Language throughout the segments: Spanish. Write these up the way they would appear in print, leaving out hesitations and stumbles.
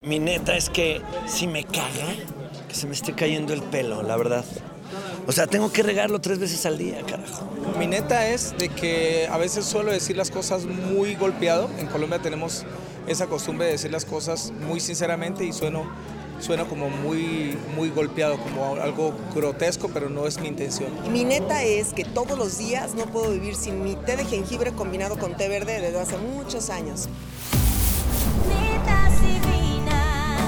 Mi neta es que si me caga que se me esté cayendo el pelo, la verdad. O sea, tengo que regarlo 3 veces al día, carajo. Mi neta es de que a veces suelo decir las cosas muy golpeado. En Colombia tenemos esa costumbre de decir las cosas muy sinceramente y sueno como muy golpeado, como algo grotesco, pero no es mi intención. Y mi neta es que todos los días no puedo vivir sin mi té de jengibre combinado con té verde desde hace muchos años. Netas divinas.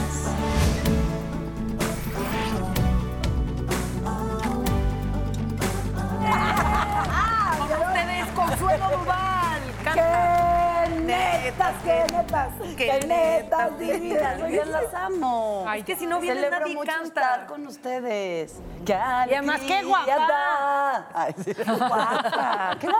Con ustedes, Consuelo Duval. Canta. ¡Qué netas divinas! Yo las amo. Ay, que si no viene Celebro nadie mucho canta. estar con ustedes. ¡Qué Y además, ¡qué guapa! da! Ay, sí, guapa. ¡Qué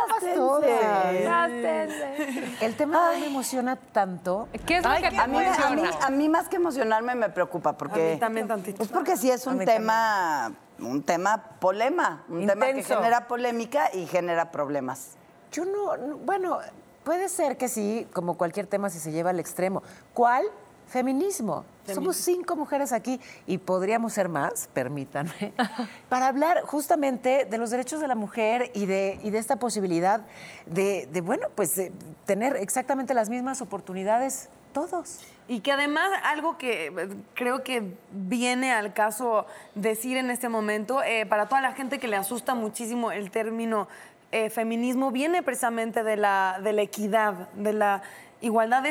El tema de hoy me emociona tanto. ¿Qué es lo que te emociona? a mí más que emocionarme me preocupa porque... A mí también tantito. Pues porque sí es un tema tema que Intenso. genera polémica y genera problemas. Yo bueno, puede ser que sí, como cualquier tema si se lleva al extremo. ¿Cuál? Feminismo. Somos 5 mujeres aquí y podríamos ser más, permítanme, para hablar justamente de los derechos de la mujer y de esta posibilidad de tener exactamente las mismas oportunidades todos. Y que además algo que creo que viene al caso decir en este momento, para toda la gente que le asusta muchísimo el término feminismo, viene precisamente de la equidad, de la igualdad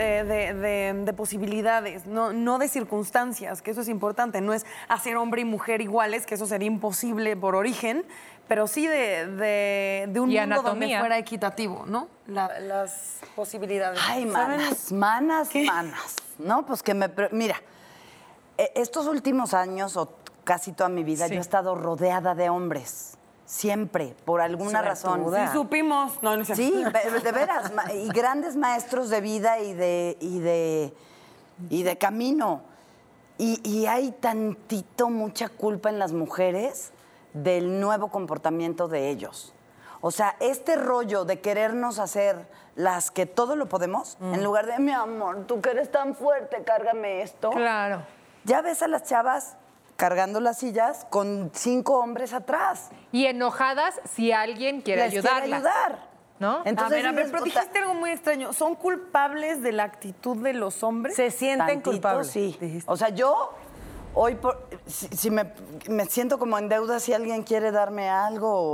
de posibilidades, no de circunstancias, que eso es importante. No es hacer hombre y mujer iguales, que eso sería imposible por origen, pero sí de un mundo donde fuera equitativo, ¿no? Las posibilidades. Ay, manas. No, pues mira, estos últimos años o casi toda mi vida yo he estado rodeada de hombres. Siempre, por alguna razón. Sí, supimos. No, sé. Sí, de veras. Y grandes maestros de vida y de camino. Y hay mucha culpa en las mujeres del nuevo comportamiento de ellos. O sea, este rollo de querernos hacer las que todo lo podemos, en lugar de, mi amor, tú que eres tan fuerte, cárgame esto. Claro. Ya ves a las chavas cargando las sillas con 5 hombres atrás. Y enojadas si alguien quiere Les quiere ayudarlas. ayudar. ¿No? Entonces, a ver, pero dijiste algo muy extraño. ¿Son culpables de la actitud de los hombres? Se sienten culpables. Sí. Dijiste. O sea, yo hoy, si me siento como en deuda si alguien quiere darme algo,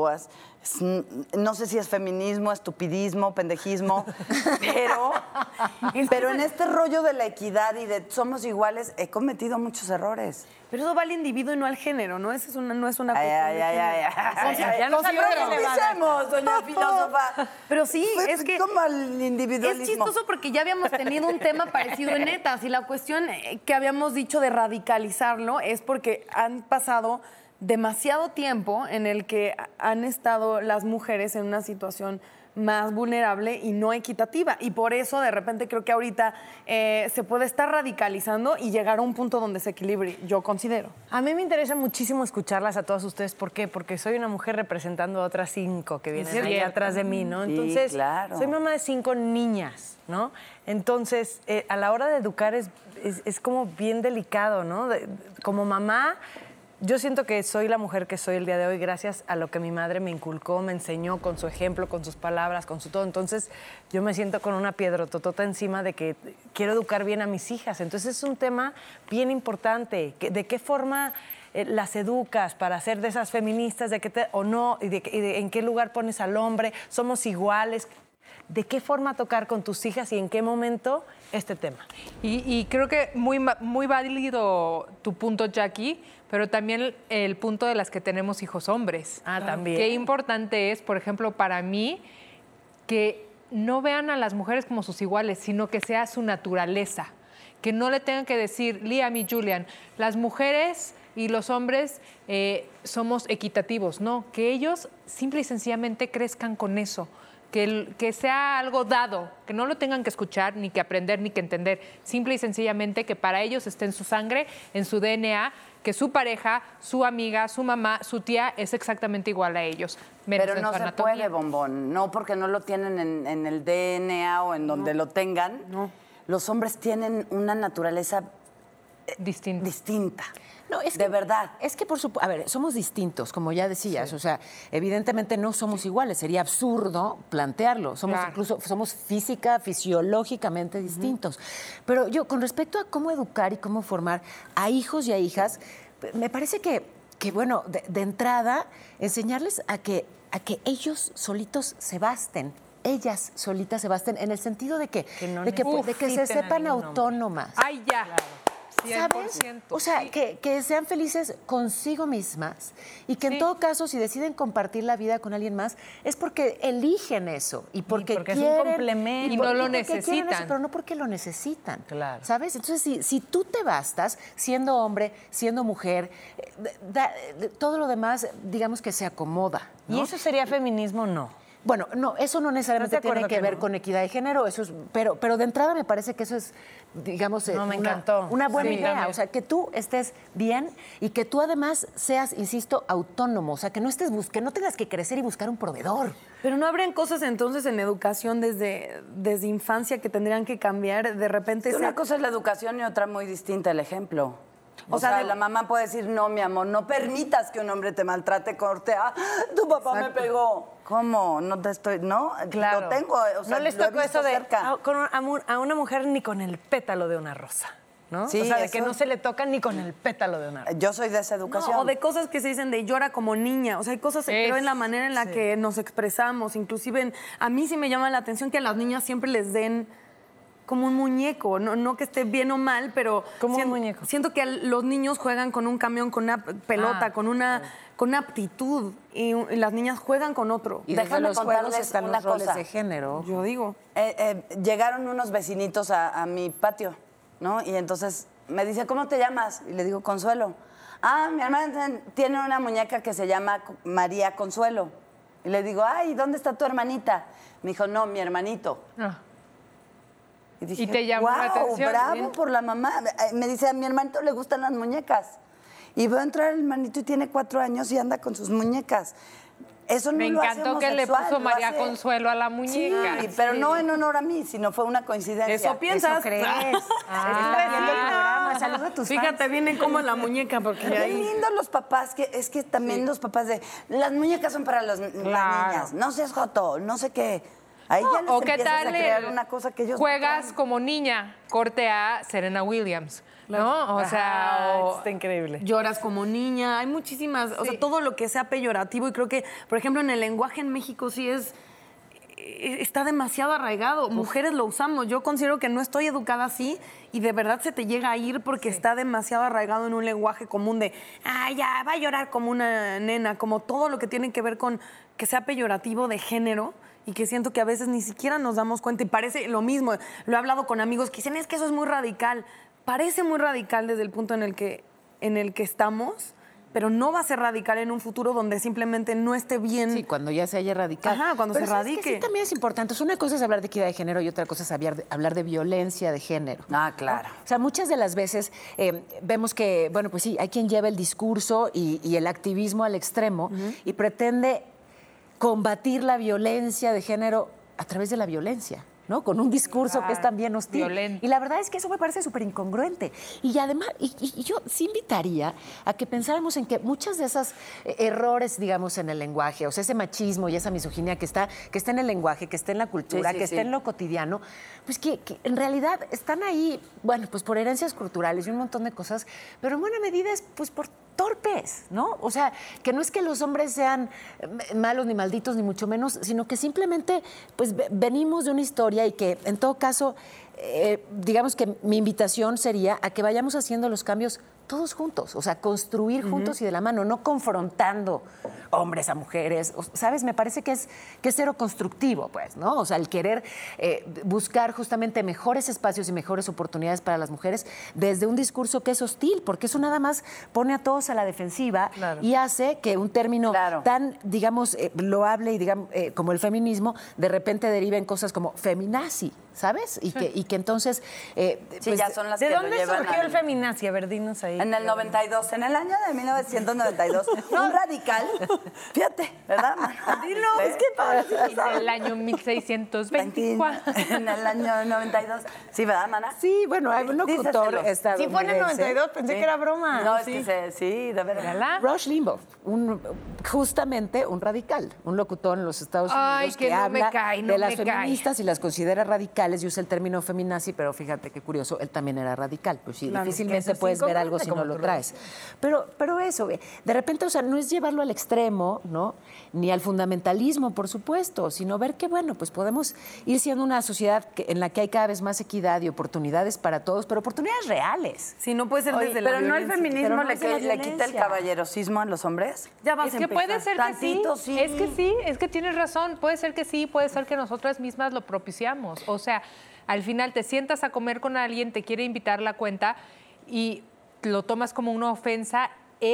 no sé si es feminismo, estupidismo, pendejismo, pero en este rollo de la equidad y de somos iguales, he cometido muchos errores. Pero eso va al individuo y no al género, ¿no? Esa no es una cuestión de género. Ya no profundicemos, doña filósofa. Pero sí, es que como al individualismo. es chistoso porque ya habíamos tenido un tema parecido en Netas y la cuestión que habíamos dicho de radicalizarlo es porque han pasado demasiado tiempo en el que han estado las mujeres en una situación más vulnerable y no equitativa. Y por eso, de repente, creo que ahorita se puede estar radicalizando y llegar a un punto donde se equilibre, yo considero. A mí me interesa muchísimo escucharlas a todas ustedes. ¿Por qué? Porque soy una mujer representando a otras 5 que vienen ahí atrás de mí, ¿no? Sí, Entonces, claro. soy mamá de 5 niñas, ¿no? Entonces, a la hora de educar es como bien delicado, ¿no? Como mamá, yo siento que soy la mujer que soy el día de hoy gracias a lo que mi madre me inculcó, me enseñó con su ejemplo, con sus palabras, con su todo. Entonces, yo me siento con una piedrototota encima de que quiero educar bien a mis hijas. Entonces, es un tema bien importante. ¿De qué forma las educas para ser de esas feministas o no? Y en qué lugar pones al hombre? ¿Somos iguales? ¿De qué forma tocar con tus hijas y en qué momento este tema? Y creo que muy válido tu punto, Jackie, pero también el punto de las que tenemos hijos hombres. También. Qué importante es, por ejemplo, para mí, que no vean a las mujeres como sus iguales, sino que sea su naturaleza. Que no le tengan que decir, Liam y Julian, las mujeres y los hombres somos equitativos. No, que ellos simple y sencillamente crezcan con eso. Que sea algo dado, que no lo tengan que escuchar, ni que aprender, ni que entender. Simple y sencillamente que para ellos esté en su sangre, en su DNA, que su pareja, su amiga, su mamá, su tía es exactamente igual a ellos. Pero no se puede, bombón. No porque no lo tienen en el DNA o en donde lo tengan. No. Los hombres tienen una naturaleza distinta. No, es de que, verdad. Es que, por supuesto, a ver, somos distintos, como ya decías. O sea, evidentemente no somos iguales. Sería absurdo plantearlo. Somos somos fisiológicamente distintos. Pero yo, con respecto a cómo educar y cómo formar a hijos y a hijas, me parece que bueno, de entrada, enseñarles a que ellos solitos se basten. Ellas solitas se basten, en el sentido de que se sepan autónomas. ¡Ay, ya! Claro. 100%. ¿Sabes? O sea, que sean felices consigo mismas y que en todo caso, si deciden compartir la vida con alguien más, es porque eligen eso y porque quieren, es un complemento. Y no lo necesitan. Eso, pero no porque lo necesitan. Claro. ¿Sabes? Entonces, si tú te bastas, siendo hombre, siendo mujer, todo lo demás, digamos que se acomoda, ¿no? ¿Y eso sería feminismo? No. Bueno, no, eso no necesariamente tiene que ver con equidad de género, eso es, pero de entrada me parece que eso es, digamos, me encantó. Una buena idea. También. O sea, que tú estés bien y que tú además seas, insisto, autónomo. O sea, que no tengas que crecer y buscar un proveedor. Pero no habrían cosas entonces en educación desde infancia que tendrían que cambiar de repente. Una cosa es la educación y otra muy distinta el ejemplo. O sea, la mamá puede decir, no, mi amor, no permitas que un hombre te maltrate, cortea. Tu papá me pegó. ¿Cómo? No te estoy, ¿no? Claro. Lo tengo, o sea, no les lo he tocó visto eso de cerca. a una mujer ni con el pétalo de una rosa, ¿no? Sí, o sea, de eso. que no se le toca ni con el pétalo de una rosa. Yo soy de esa educación. No, o de cosas que se dicen de llora como niña. O sea, hay cosas, creo, en la manera en la que nos expresamos. Inclusive, a mí sí me llama la atención que a las niñas siempre les den como un muñeco, no que esté bien o mal, pero como un muñeco. Siento que los niños juegan con un camión, con una pelota, con una aptitud, y las niñas juegan con otro. Y Déjame desde los juegos contarles están una los roles cosa. de género. Yo digo. Llegaron unos vecinitos a mi patio, ¿no? Y entonces me dice, ¿cómo te llamas? Y le digo, Consuelo. Ah, mi hermana tiene una muñeca que se llama María Consuelo. Y le digo, ay, ¿dónde está tu hermanita? Me dijo, no, mi hermanito. Y dije, ¿Y te llamó la atención? Bravo Bien. por la mamá. Me dice, a mi hermanito le gustan las muñecas. Y veo entrar el hermanito y tiene 4 años y anda con sus muñecas. Eso no Me lo hace encantó que le homosexual, puso lo María hace- Consuelo a la muñeca. Sí, pero no en honor a mí, sino fue una coincidencia. Eso piensas. ¿Eso crees? Estás viendo el programa. Saluda a tus Fíjate, fans. viene como la muñeca, porque Qué ahí... lindo los papás, que es que también los papás de las muñecas son para las niñas, no seas joto, no sé qué. Ahí ya les ¿O qué empiezas tal a crear una cosa que ellos juegas no como niña, corte a Serena Williams, ¿no? O sea, Está increíble. Lloras como niña, hay muchísimas, o sea, todo lo que sea peyorativo, y creo que, por ejemplo, en el lenguaje en México sí está demasiado arraigado. Mujeres lo usamos. Yo considero que no estoy educada así y de verdad se te llega a ir porque está demasiado arraigado en un lenguaje común de, ya va a llorar como una nena, como todo lo que tiene que ver con que sea peyorativo de género. Y que siento que a veces ni siquiera nos damos cuenta y parece lo mismo. Lo he hablado con amigos que dicen, es que eso es muy radical. Parece muy radical desde el punto en el que estamos, pero no va a ser radical en un futuro donde simplemente no esté bien. Sí, cuando ya se haya radicado. Ajá, cuando Pero se ¿sabes qué? radique. Sí, también es importante. Una cosa es hablar de equidad de género y otra cosa es hablar de violencia de género. Ah, claro. O sea, muchas de las veces vemos que, bueno, pues sí, hay quien lleva el discurso y el activismo al extremo y pretende combatir la violencia de género a través de la violencia, ¿no? Con un discurso que es también hostil. Violento. Y la verdad es que eso me parece súper incongruente. Y además, y yo sí invitaría a que pensáramos en que muchas de esas errores, digamos, en el lenguaje, o sea, ese machismo y esa misoginia que está en el lenguaje, que está en la cultura, Sí, que está en lo cotidiano, pues que en realidad están ahí, bueno, pues por herencias culturales y un montón de cosas, pero en buena medida es pues por torpes, ¿no? O sea, que no es que los hombres sean malos ni malditos, ni mucho menos, sino que simplemente pues venimos de una historia y que en todo caso, digamos que mi invitación sería a que vayamos haciendo los cambios todos juntos, o sea, construir juntos y de la mano, no confrontando hombres a mujeres, ¿sabes? Me parece que es cero constructivo, pues, ¿no? O sea, el querer buscar justamente mejores espacios y mejores oportunidades para las mujeres desde un discurso que es hostil, porque eso nada más pone a todos a la defensiva y hace que un término tan, digamos, loable y digamos, como el feminismo, de repente derive en cosas como feminazi, ¿sabes? Y que entonces... Sí, ya son las ¿De que dónde lo llevan surgió el feminazi? A ver, dinos ahí. En el 92, en el año de 1992, un radical, fíjate, ¿verdad, Mana? Dilo, es que En el año 1624. En el año 92. Sí, ¿verdad, Mana? Sí, bueno, hay un locutor Díseselo. estadounidense. Sí, fue en el 92, pensé que era broma. No, es Sí. que sí, de verdad. ¿Verdad? Rush Limbaugh, justamente un radical, un locutor en los Estados Unidos Ay, que no me habla cae, no de las me cae. feministas y las considera radicales y usa el término feminazi, pero fíjate qué curioso, él también era radical. Pues sí, Claro, difícilmente que eso es puedes ver algo incongruente, si no como lo tú lo traes. Pero eso, de repente, o sea, no es llevarlo al extremo, ¿no? Ni al fundamentalismo, por supuesto, sino ver que, bueno, pues podemos ir siendo una sociedad en la que hay cada vez más equidad y oportunidades para todos, pero oportunidades reales. Sí, no puede ser Oye, desde la pero no el violencia. feminismo Pero no le, es de la le quita el violencia. caballerosismo a los hombres. Ya vas Es a que empezar. puede ser Tantito, que sí. sí. Es que tienes razón. Puede ser que sí, puede ser que nosotras mismas lo propiciamos. O sea, al final te sientas a comer con alguien, te quiere invitar la cuenta y lo tomas como una ofensa.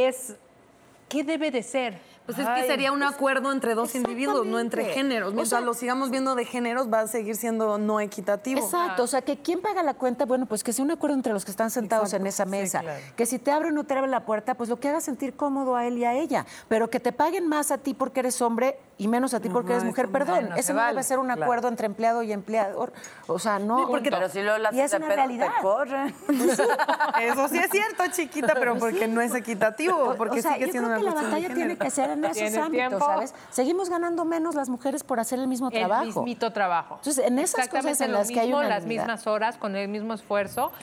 ¿Qué debe de ser? Pues es que sería un acuerdo entre dos individuos, no entre Exactamente. géneros. Mientras O sea, lo sigamos viendo de géneros, va a seguir siendo no equitativo. Exacto, o sea, que quién paga la cuenta, bueno, pues que sea un acuerdo entre los que están sentados en esa mesa. claro. Que si te abre o no te abre la puerta, pues lo que haga sentir cómodo a él y a ella. Pero que te paguen más a ti porque eres hombre y menos a ti porque eres mujer, perdón. no Ese se no vale, debe ser un acuerdo entre empleado y empleador. O sea, no. Pero si luego las y es de una pedo realidad. te corren. Eso sí es cierto, chiquita, pero porque no es equitativo, porque o sea, sigue yo siendo creo que una la cuestión de batalla tiene género. que ser en esos ¿Tienes ámbitos, tiempo? ¿sabes? Seguimos ganando menos las mujeres por hacer el mismo trabajo. El mismito trabajo. Entonces, en esas Exactamente cosas en lo las que hay mismo, unanimidad. las mismas horas, con el mismo esfuerzo.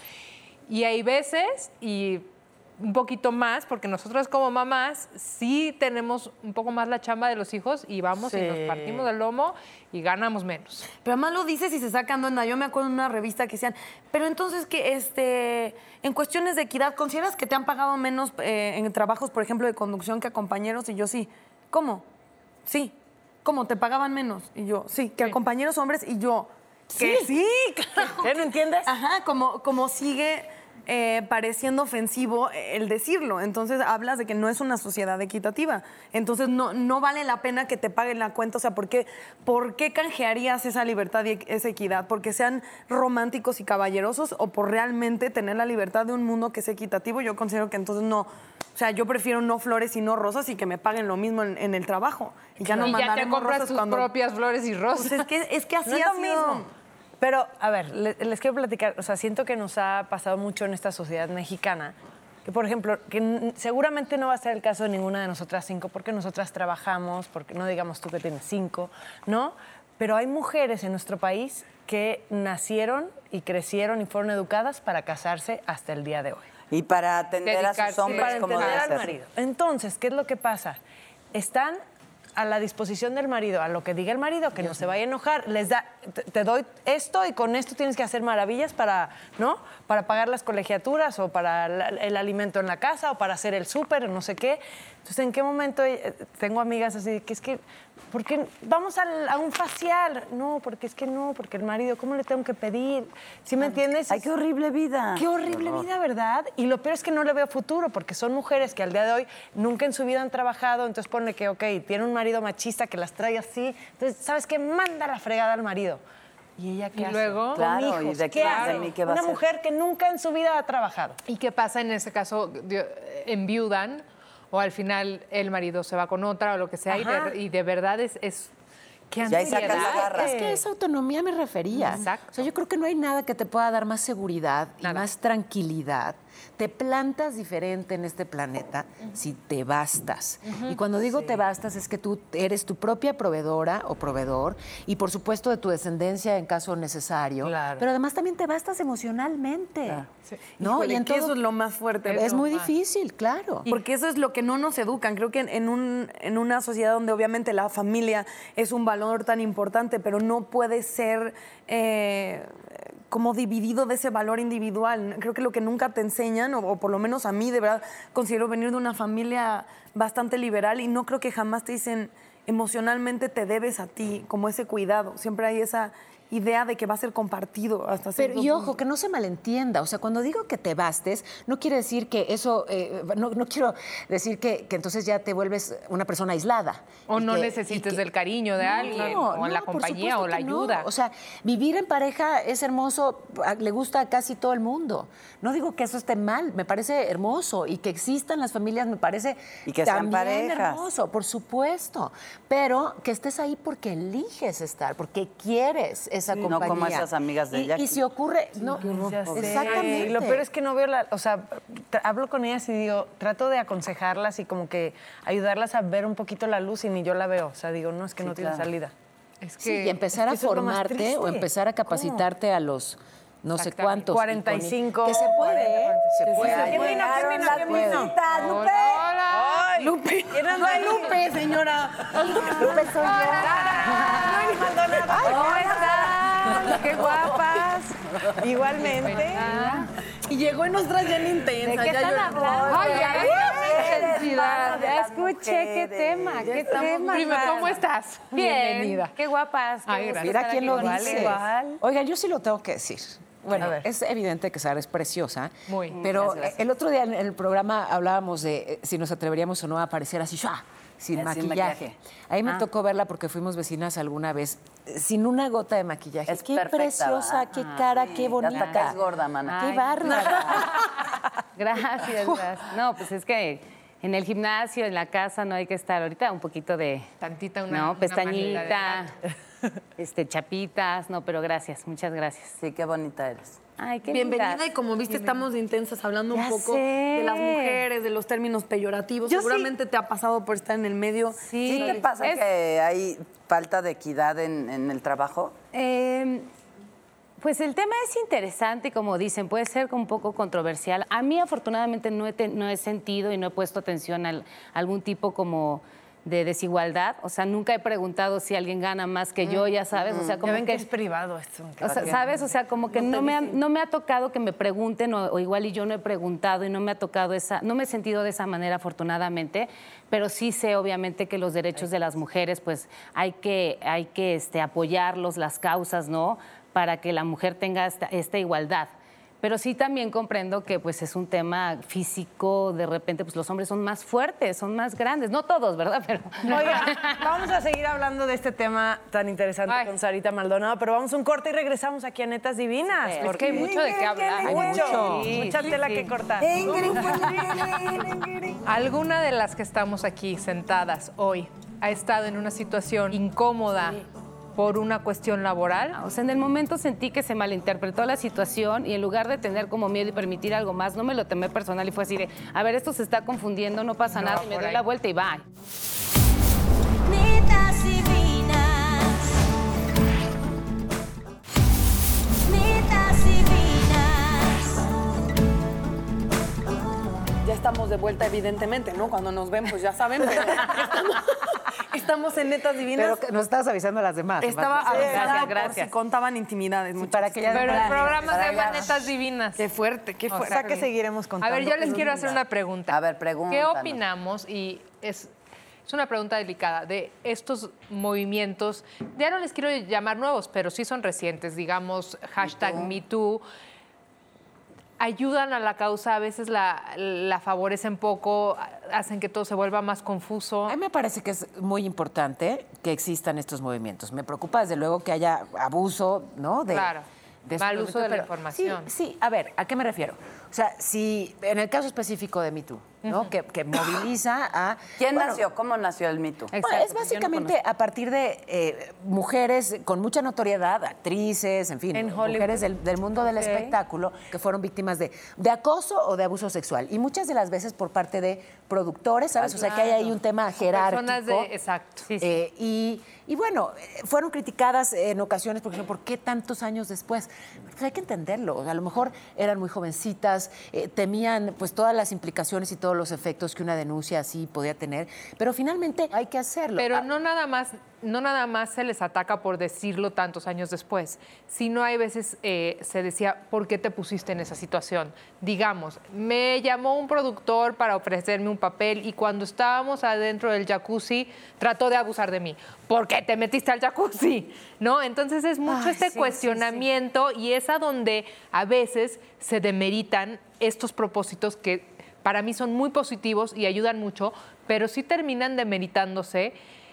Y hay veces, y un poquito más, porque nosotros como mamás sí tenemos un poco más la chamba de los hijos y vamos y nos partimos el lomo y ganamos menos. Pero además lo dices y se sacan de onda. Yo me acuerdo en una revista que decían, pero entonces que en cuestiones de equidad, ¿consideras que te han pagado menos en trabajos, por ejemplo, de conducción que a compañeros? Y yo sí. ¿Cómo? Sí. ¿Cómo? ¿Te pagaban menos? Y yo, sí. ¿Que a compañeros hombres? Y yo, que sí, claro. ¿Qué, no entiendes? Ajá, como sigue pareciendo ofensivo el decirlo. Entonces hablas de que no es una sociedad equitativa. Entonces no vale la pena que te paguen la cuenta. O sea, ¿por qué canjearías esa libertad y esa equidad? ¿Porque sean románticos y caballerosos o por realmente tener la libertad de un mundo que es equitativo? Yo considero que entonces no. O sea, yo prefiero no flores y no rosas y que me paguen lo mismo en el trabajo. Y ya no y ya te mandaremos compras rosas tus cuando... propias flores y rosas. Pues es que así No es ha lo sido. mismo. Pero, a ver, les quiero platicar, o sea, siento que nos ha pasado mucho en esta sociedad mexicana, que, por ejemplo, que seguramente no va a ser el caso de ninguna de nosotras 5, porque nosotras trabajamos, porque no digamos tú que tienes 5, ¿no? Pero hay mujeres en nuestro país que nacieron y crecieron y fueron educadas para casarse hasta el día de hoy. Y para atender a sus Dedicarse. hombres Para como entender debe al ser. marido. Entonces, ¿qué es lo que pasa? Están a la disposición del marido, a lo que diga el marido, que no se vaya a enojar, les da, te doy esto y con esto tienes que hacer maravillas para, ¿no? Para pagar las colegiaturas o para el alimento en la casa o para hacer el súper o no sé qué. Entonces, ¿en qué momento tengo amigas así de que es que, ¿por qué vamos a un facial? No, porque es que no, porque el marido, ¿cómo le tengo que pedir? ¿Sí me entiendes? Ay, qué horrible vida. Qué horrible vida, ¿verdad? Y lo peor es que no le veo futuro, porque son mujeres que al día de hoy nunca en su vida han trabajado, entonces ponle que, ok, tiene un marido machista que las trae así, entonces, ¿sabes qué? Manda la fregada al marido. ¿Y ella qué Y hace? luego, Con Claro, hijos, ¿y de ¿qué qué? hace? ¿De mí qué va a Una hacer? mujer que nunca en su vida ha trabajado. ¿Y qué pasa en ese caso? ¿Enviudan o al final el marido se va con otra o lo que sea? Ajá. Y de verdad es qué Y ahí sacas la ansiedad. garra. Es que a esa autonomía me refería. Exacto. O sea, yo creo que no hay nada que te pueda dar más seguridad y Nada. más tranquilidad. Te plantas diferente en este planeta si te bastas. Y cuando digo te bastas es que tú eres tu propia proveedora o proveedor y por supuesto de tu descendencia en caso necesario. Claro. Pero además también te bastas emocionalmente. ¿No? Híjole, Y en que todo- eso es lo más fuerte. es muy difícil, claro. Porque eso es lo que no nos educan. Creo que en una sociedad donde obviamente la familia es un valor tan importante, pero no puede ser como dividido de ese valor individual. Creo que lo que nunca te enseñan, o por lo menos a mí, de verdad, considero venir de una familia bastante liberal y no creo que jamás te dicen emocionalmente te debes a ti, como ese cuidado. Siempre hay idea de que va a ser compartido hasta cierto Pero, y ojo, punto. que no se malentienda. O sea, cuando digo que te bastes, no quiere decir que eso, no quiero decir que entonces ya te vuelves una persona aislada. O Y no que- necesites y que- del cariño de alguien, o la por compañía, supuesto o la que no. ayuda. O sea, vivir en pareja es hermoso, le gusta a casi todo el mundo. No digo que eso esté mal, me parece hermoso. Y que existan las familias me parece Y que sean también parejas. hermoso, por supuesto. Pero que estés ahí porque eliges estar, porque quieres esa Sí. compañía. No como esas amigas de Jackie. Y si ocurre, no, Ya sé. exactamente. Y lo peor es que no veo o sea, hablo con ellas y digo, trato de aconsejarlas y como que ayudarlas a ver un poquito la luz y ni yo la veo. O sea, digo, no, es que Sí, no tiene claro. salida. Es que Sí, y empezar es que a eso es lo más formarte triste. o empezar a capacitarte a los no sé Exactamente. cuántos. 45. Que se puede, ¿eh? Se puede. ¿Quién vino? ¿Quién vino? ¿Quién vino? Visitas, Lupe. Ay, Lupe. No hay Lupe, señora. Lupe soy yo. ¿Cómo están? ¡Qué guapas! Igualmente. Y llegó y nos trae bien intensa. ¿De qué están hablando? Ay, ya, Eres intensidad. madre de Ya las escuché qué mujeres. tema, qué tema. Dime, ¿cómo estás? Bien, Bienvenida. qué guapas. Qué Ay, gusto gracias. Mira estar quién aquí lo con dice. Igual. Oigan, yo sí lo tengo que decir. Bueno, A ver. es evidente que Sara es preciosa. Muy. Pero el otro día en el programa hablábamos de si nos atreveríamos o no a aparecer así, ¡shua!, sin Sin maquillaje. maquillaje. A mí me tocó verla porque fuimos vecinas alguna vez sin una gota de maquillaje. Es qué perfecta, preciosa, ¿verdad? qué cara, Sí, qué bonita. hasta caes gorda, mana. Qué Ay. bárbara. Gracias, gracias. No, pues es que en el gimnasio, en la casa, no hay que estar ahorita un poquito de... Tantita una No, una pestañita, manita chapitas, no, pero gracias, muchas gracias. Sí, qué bonita eres. Ay, qué Bienvenida lindas. y como viste estamos intensas hablando Ya un poco sé. de las mujeres, de los términos peyorativos. Yo sí. Seguramente te ha pasado por estar en el medio. ¿Sí te pasa que hay falta de equidad en el trabajo? Pues el tema es interesante, como dicen, puede ser un poco controversial. A mí, afortunadamente, no he sentido y no he puesto atención a algún tipo como de desigualdad. O sea, nunca he preguntado si alguien gana más que yo, ya sabes. O sea, Ya como ven que es privado esto. o sea, ¿sabes? O sea, como que no me ha tocado que me pregunten, o igual y yo no he preguntado y no me ha tocado no me he sentido de esa manera, afortunadamente, pero sí sé, obviamente, que los derechos de las mujeres, pues hay que apoyarlos, las causas, ¿no? Para que la mujer tenga esta igualdad. Pero sí también comprendo que pues es un tema físico, de repente pues los hombres son más fuertes, son más grandes, no todos, ¿verdad? Pero Oiga, vamos a seguir hablando de este tema tan interesante Ay. con Sarita Maldonado, pero vamos a un corte y regresamos aquí a Netas Divinas. Es que hay mucho de qué hablar. Hay mucho, Sí, mucha sí, tela sí. que cortar. ¿Alguna de las que estamos aquí sentadas hoy ha estado en una situación incómoda por una cuestión laboral? o sea, en el momento sentí que se malinterpretó la situación y en lugar de tener como miedo y permitir algo más, no me lo tomé personal y fue así de, a ver, esto se está confundiendo, no pasa nada, y me por doy ahí. la vuelta y va. Netas divinas. Netas divinas. Ya estamos de vuelta, evidentemente, ¿no? Cuando nos ven, pues ya saben, pero estamos en Netas Divinas. Pero que nos estabas avisando a las demás. Estaba Marta. avisada por gracias. si contaban intimidades. Sí, muchachos. para que ya Pero el programa se llama para- Netas Divinas. Qué fuerte, qué O fuerte. sea que seguiremos A contando. ver, yo les quiero hacer una pregunta. A ver, pregúntanos. ¿Qué opinamos? Y es una pregunta delicada de estos movimientos, ya no les quiero llamar nuevos, pero sí son recientes, digamos, #MeToo. Ayudan a la causa, a veces la favorecen poco, hacen que todo se vuelva más confuso. A mí me parece que es muy importante que existan estos movimientos. Me preocupa desde luego que haya abuso, ¿no? Claro. este Mal uso de la pero información. Sí, a ver, ¿a qué me refiero? O sea, si en el caso específico de MeToo, ¿no? Que moviliza a... ¿Quién bueno, nació? ¿Cómo nació el mito? Bueno, Exacto, es yo no básicamente a partir de mujeres con mucha notoriedad, actrices, en fin, En Hollywood. mujeres del mundo del Ok. espectáculo que fueron víctimas de acoso o de abuso sexual. Y muchas de las veces por parte de productores, ¿sabes? O sea, que hay ahí un tema jerárquico. Personas de... Exacto. Sí, sí. Y bueno, fueron criticadas en ocasiones, por ejemplo, ¿por qué tantos años después? Pues hay que entenderlo. A lo mejor eran muy jovencitas, temían pues todas las implicaciones y todo todos los efectos que una denuncia así podía tener, pero finalmente hay que hacerlo. Pero no nada más se les ataca por decirlo tantos años después, sino hay veces se decía, ¿por qué te pusiste en esa situación? Digamos, me llamó un productor para ofrecerme un papel y cuando estábamos adentro del jacuzzi trató de abusar de mí. ¿Por qué te metiste al jacuzzi? ¿No? Entonces es mucho cuestionamiento y es a donde a veces se demeritan estos propósitos que para mí son muy positivos y ayudan mucho, pero sí terminan demeritándose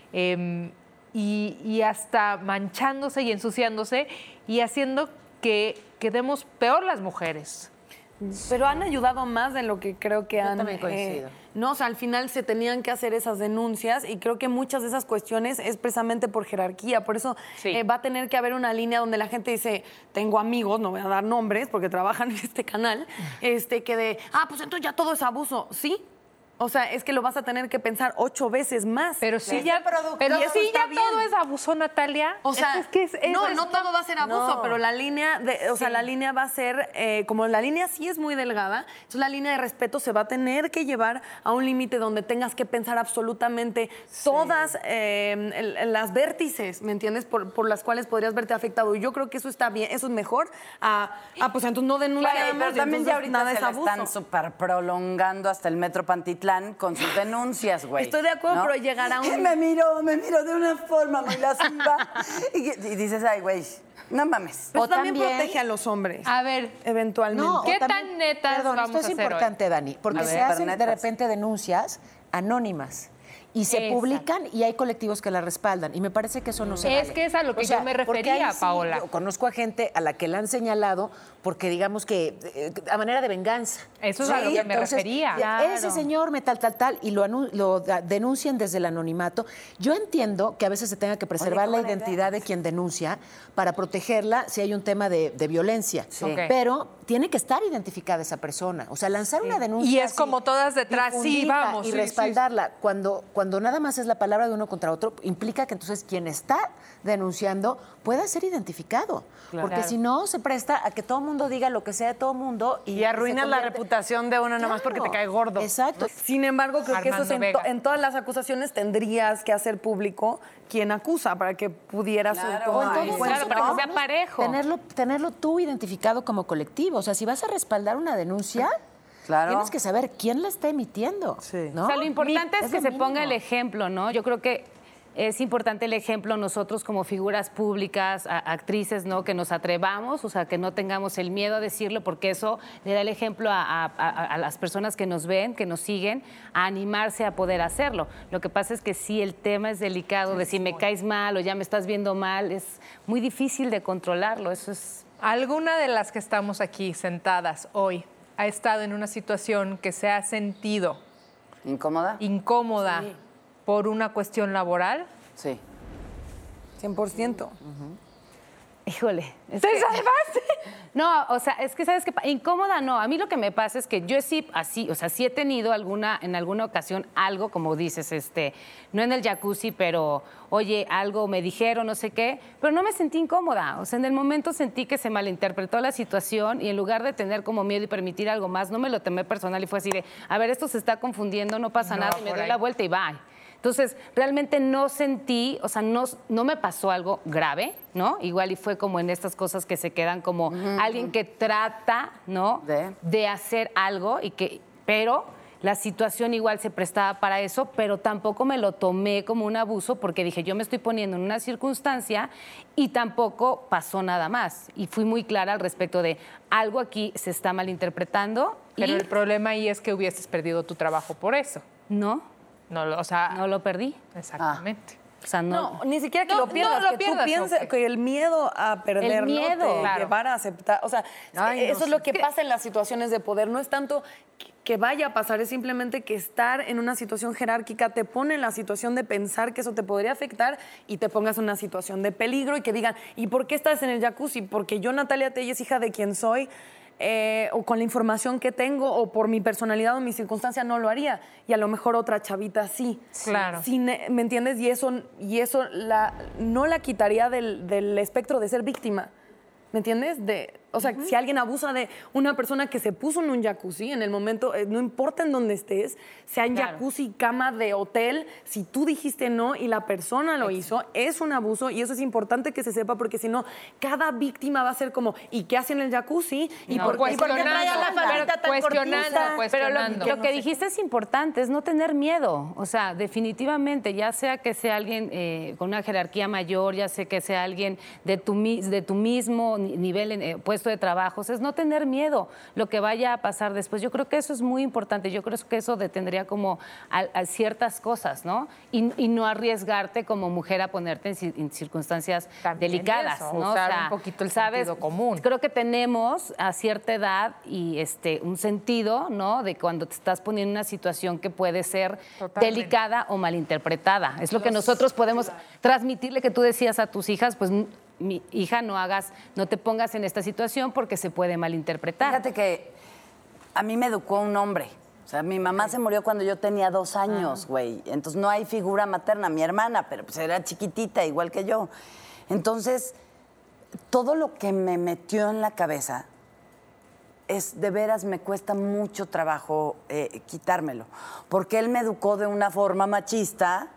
y hasta manchándose y ensuciándose y haciendo que quedemos peor las mujeres. Pero han ayudado más de lo que creo que han... también coincido. No, o sea, al final se tenían que hacer esas denuncias y creo que muchas de esas cuestiones es precisamente por jerarquía. Por eso va a tener que haber una línea donde la gente dice, tengo amigos, no voy a dar nombres porque trabajan en este canal, que de, pues entonces ya todo es abuso. ¿Sí? O sea, es que lo vas a tener que pensar 8 veces más. Pero sí ya, todo es abuso, Natalia. O sea, no todo va a ser abuso, pero la línea, la línea va a ser, como la línea sí es muy delgada, entonces la línea de respeto se va a tener que llevar a un límite donde tengas que pensar absolutamente todas las vértices, ¿me entiendes? Por las cuales podrías verte afectado. Y yo creo que eso está bien, eso es mejor pues entonces no denunciamos. Claro, pero también ya ahorita se la están súper prolongando hasta el Metro Pantitlán con sus denuncias, güey. Estoy de acuerdo, pero llegará un... Me miro de una forma muy lasciva. y dices, ay, güey, no mames. Pero también protege a los hombres. A ver, eventualmente. No, ¿qué también, tan netas perdón, vamos esto a es hacer importante, hoy? Dani, porque se hacen de repente denuncias anónimas. Y se publican y hay colectivos que la respaldan. Y me parece que eso no se vale. Es que es a lo que yo me refería, Paola. Yo conozco a gente a la que la han señalado porque digamos que a manera de venganza. Eso es a lo que me refería. Ese señor me tal, y lo denuncian desde el anonimato. Yo entiendo que a veces se tenga que preservar la identidad de quien denuncia para protegerla si hay un tema de violencia. Pero tiene que estar identificada esa persona. O sea, lanzar una denuncia y es como todas detrás, sí, vamos. Y respaldarla. Cuando nada más es la palabra de uno contra otro, implica que entonces quien está denunciando pueda ser identificado. Claro. Porque si no, se presta a que todo el mundo diga lo que sea de todo el mundo. Y arruinas la reputación de uno nomás porque te cae gordo. Exacto. Sin embargo, creo que eso en todas las acusaciones tendrías que hacer público quién acusa para que pudieras... Claro, para que sea parejo. Tenerlo tú identificado como colectivo. O sea, si vas a respaldar una denuncia... Claro. Tienes que saber quién la está emitiendo. Sí. ¿No? O sea, lo importante es que se ponga el ejemplo, ¿no? Yo creo que es importante el ejemplo nosotros como figuras públicas, actrices, ¿no? Que nos atrevamos, o sea, que no tengamos el miedo a decirlo, porque eso le da el ejemplo a las personas que nos ven, que nos siguen, a animarse a poder hacerlo. Lo que pasa es que si el tema es delicado, de si me caes mal o ya me estás viendo mal, es muy difícil de controlarlo. Eso es... ¿Alguna de las que estamos aquí sentadas hoy ha estado en una situación que se ha sentido incómoda sí. por una cuestión laboral? Sí. 100%. Híjole. ¿Te salvaste? No, o sea, es que, ¿sabes qué? Incómoda no. A mí lo que me pasa es que yo sí he tenido en alguna ocasión algo, como dices, no en el jacuzzi, pero, oye, algo me dijeron, no sé qué, pero no me sentí incómoda. O sea, en el momento sentí que se malinterpretó la situación y en lugar de tener como miedo y permitir algo más, no me lo tomé personal y fue así de, a ver, esto se está confundiendo, no pasa nada, y me doy la vuelta y bye. Entonces, realmente no sentí, o sea, no me pasó algo grave, ¿no? Igual y fue como en estas cosas que se quedan como alguien que trata, ¿no? De hacer algo pero la situación igual se prestaba para eso, pero tampoco me lo tomé como un abuso porque dije, yo me estoy poniendo en una circunstancia y tampoco pasó nada más. Y fui muy clara al respecto de algo aquí se está malinterpretando. Pero el problema ahí es que hubieses perdido tu trabajo por eso. No. No, o sea, no lo perdí. Exactamente. O sea, no, ni siquiera que lo pierdas, que tú pienses que el miedo a perderlo te llevar a aceptar. O sea, eso es lo que pasa en las situaciones de poder. No es tanto que vaya a pasar, es simplemente que estar en una situación jerárquica te pone en la situación de pensar que eso te podría afectar y te pongas en una situación de peligro y que digan, ¿y por qué estás en el jacuzzi? Porque yo, Natalia Telles, hija de quien soy, o con la información que tengo o por mi personalidad o mi circunstancia no lo haría y a lo mejor otra chavita sí. Claro. ¿Me entiendes? Y eso no la quitaría del espectro de ser víctima. ¿Me entiendes? O sea, si alguien abusa de una persona que se puso en un jacuzzi, en el momento, no importa en dónde estés, sea en jacuzzi, cama de hotel, si tú dijiste no y la persona lo hizo, es un abuso y eso es importante que se sepa porque si no, cada víctima va a ser como, ¿y qué hace en el jacuzzi? ¿Y por qué trae a la falda tan cortita? Pero lo que dijiste es importante, es no tener miedo. O sea, definitivamente, ya sea que sea alguien con una jerarquía mayor, ya sea que sea alguien de tu mismo nivel, puesto de trabajo, es no tener miedo lo que vaya a pasar después. Yo creo que eso es muy importante. Yo creo que eso detendría como a ciertas cosas, ¿no? Y no arriesgarte como mujer a ponerte en circunstancias delicadas, eso, ¿no? usar o sea, un poquito el sentido común. Creo que tenemos a cierta edad y un sentido, ¿no? De cuando te estás poniendo en una situación que puede ser delicada o malinterpretada. Es lo que nosotros podemos transmitirle, que tú decías a tus hijas, pues mi hija, no te pongas en esta situación porque se puede malinterpretar. Fíjate que a mí me educó un hombre. O sea, mi mamá se murió cuando yo tenía 2 años, güey. Entonces no hay figura materna. Mi hermana, pero pues era chiquitita, igual que yo. Entonces, todo lo que me metió en la cabeza es, de veras, me cuesta mucho trabajo quitármelo. Porque él me educó de una forma machista,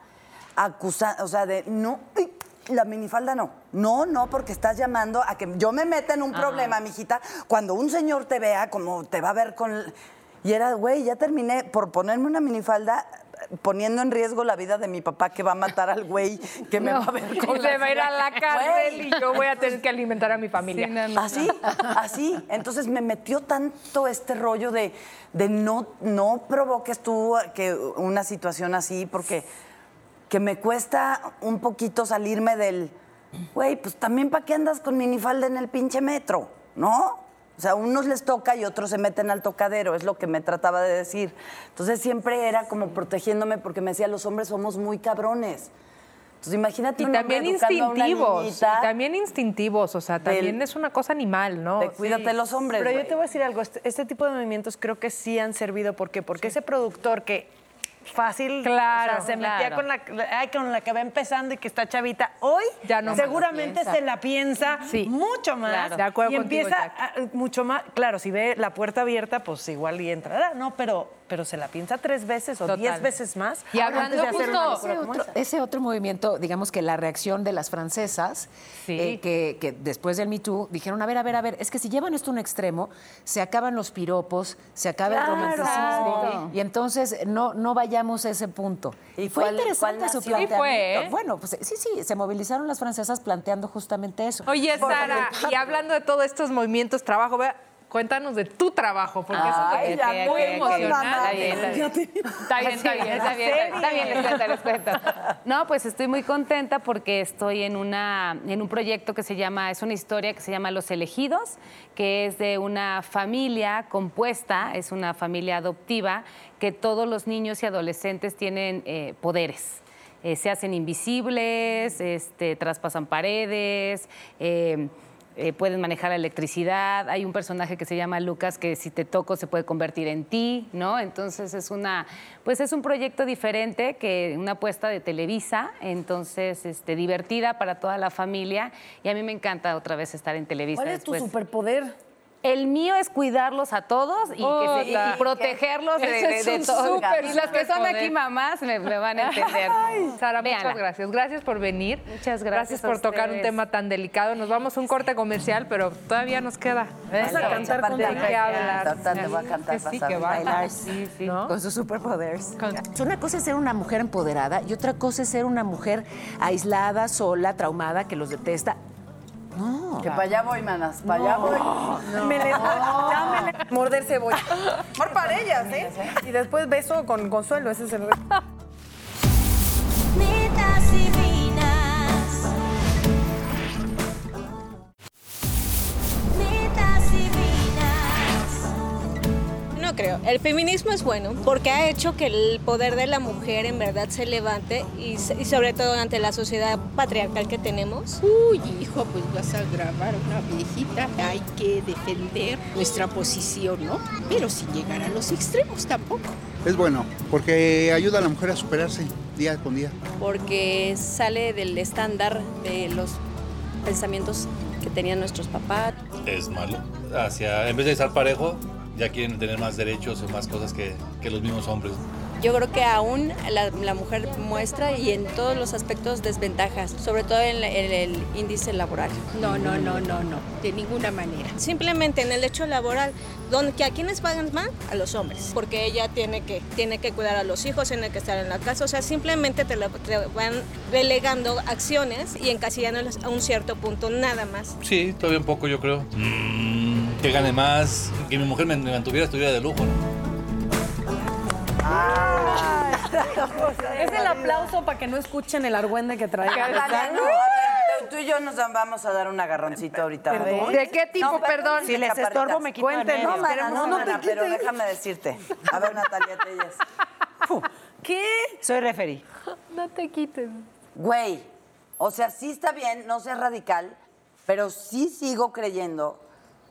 o sea, de no, la minifalda no. No, porque estás llamando a que yo me meta en un problema, mijita. Cuando un señor te vea, como te va a ver con... Y era, güey, ya terminé por ponerme una minifalda poniendo en riesgo la vida de mi papá que va a matar al güey que me va a ver con y se va a ir a la cárcel güey. y yo voy a tener que alimentar a mi familia. Sí, así. Entonces me metió tanto este rollo de no provoques tú que una situación así porque que me cuesta un poquito salirme del, güey, pues también ¿para qué andas con minifalda en el pinche metro? ¿No? O sea, unos les toca y otros se meten al tocadero, es lo que me trataba de decir. Entonces siempre era como protegiéndome porque me decía, los hombres somos muy cabrones. Entonces imagínate un hombre educando a una niñita. Y también instintivos, o sea, también es una cosa animal, ¿no? Cuídate los hombres, Pero yo güey. te voy a decir algo, este tipo de movimientos creo que sí han servido. ¿Por qué? Porque ese productor que fácil Claro, o sea, se metía con la que va empezando y que está chavita, hoy Ya no seguramente piensa. se la piensa mucho más. Claro. De acuerdo y contigo, empieza mucho más. Claro, si ve la puerta abierta, pues igual y entrará, ¿no? Pero se la piensa 3 veces o Total. 10 veces más. Y hablando antes de hacer una justo- locura como esa. Ese otro movimiento, digamos que la reacción de las francesas, Sí. que después del Me Too dijeron, a ver, es que si llevan esto a un extremo, se acaban los piropos, se acaba el romanticismo, y entonces no vayamos a ese punto. ¿Y fue cuál interesante su nació? planteamiento. Sí fue, ¿eh? Bueno, pues sí, se movilizaron las francesas planteando justamente eso. Oye, Sara, y hablando de todos estos movimientos, trabajo, vea, cuéntanos de tu trabajo, porque Ay, eso ya es muy muy emocionante. Está bien, les cuento. No, pues estoy muy contenta porque estoy en un proyecto que se llama, es una historia que se llama Los Elegidos, que es de una familia compuesta, es una familia adoptiva, que todos los niños y adolescentes tienen poderes. Se hacen invisibles, traspasan paredes, pueden manejar la electricidad. Hay un personaje que se llama Lucas que si te toco se puede convertir en ti, ¿no? Entonces es un proyecto diferente, una apuesta de Televisa, entonces divertida para toda la familia y a mí me encanta otra vez estar en Televisa. ¿Cuál es tu después. superpoder? El mío es cuidarlos a todos y protegerlos Ese es de un todo. súper Y los que son superpoder. aquí mamás me van a entender. Sara, Véanla. muchas gracias. Gracias por venir. Muchas gracias Gracias por a tocar un ustedes. tema tan delicado. Nos vamos a un corte comercial, pero todavía nos queda. Vas a cantar con de tu qué hablar. Ahorita te voy a cantar, Que sí, vas a que ver. va. Bailar, ¿No? con sus superpoderes. Una cosa es ser una mujer empoderada y otra cosa es ser una mujer aislada, sola, traumada, que los detesta. No. Que para allá voy, manas, para allá voy. Morder cebolla. Mejor para ellas, ¿eh? Y después beso con consuelo, ese es el reto. Netas divinas. Netas divinas. No creo. El feminismo es bueno porque ha hecho que el poder de la mujer en verdad se levante y sobre todo ante la sociedad patriarcal que tenemos. Uy, hijo, pues vas a grabar a una viejita. Hay que defender nuestra posición, ¿no? Pero sin llegar a los extremos tampoco. Es bueno, porque ayuda a la mujer a superarse día con día. Porque sale del estándar de los pensamientos que tenían nuestros papás. Es malo. En vez de estar parejo, ya quieren tener más derechos o más cosas que los mismos hombres. Yo creo que aún la mujer muestra y en todos los aspectos desventajas, sobre todo en el índice laboral. No, de ninguna manera. Simplemente en el hecho laboral, ¿a quiénes pagan más? A los hombres, porque ella tiene que cuidar a los hijos, tiene que estar en la casa, o sea, simplemente te van relegando acciones y encasillándolas a un cierto punto, nada más. Sí, todavía un poco yo creo. Que gane más, que mi mujer me mantuviera, estuviera de lujo, ¿no? Es el aplauso para que no escuchen el argüende que trae. Tú y yo nos vamos a dar un agarroncito ahorita. ¿De qué tipo, perdón? Si les estorbo, me quito anillo. No, pero déjame decirte. A ver, Natalia Telles. ¿Qué? Soy referí. No te quites. Güey, o sea, sí está bien, no seas radical, pero sí sigo creyendo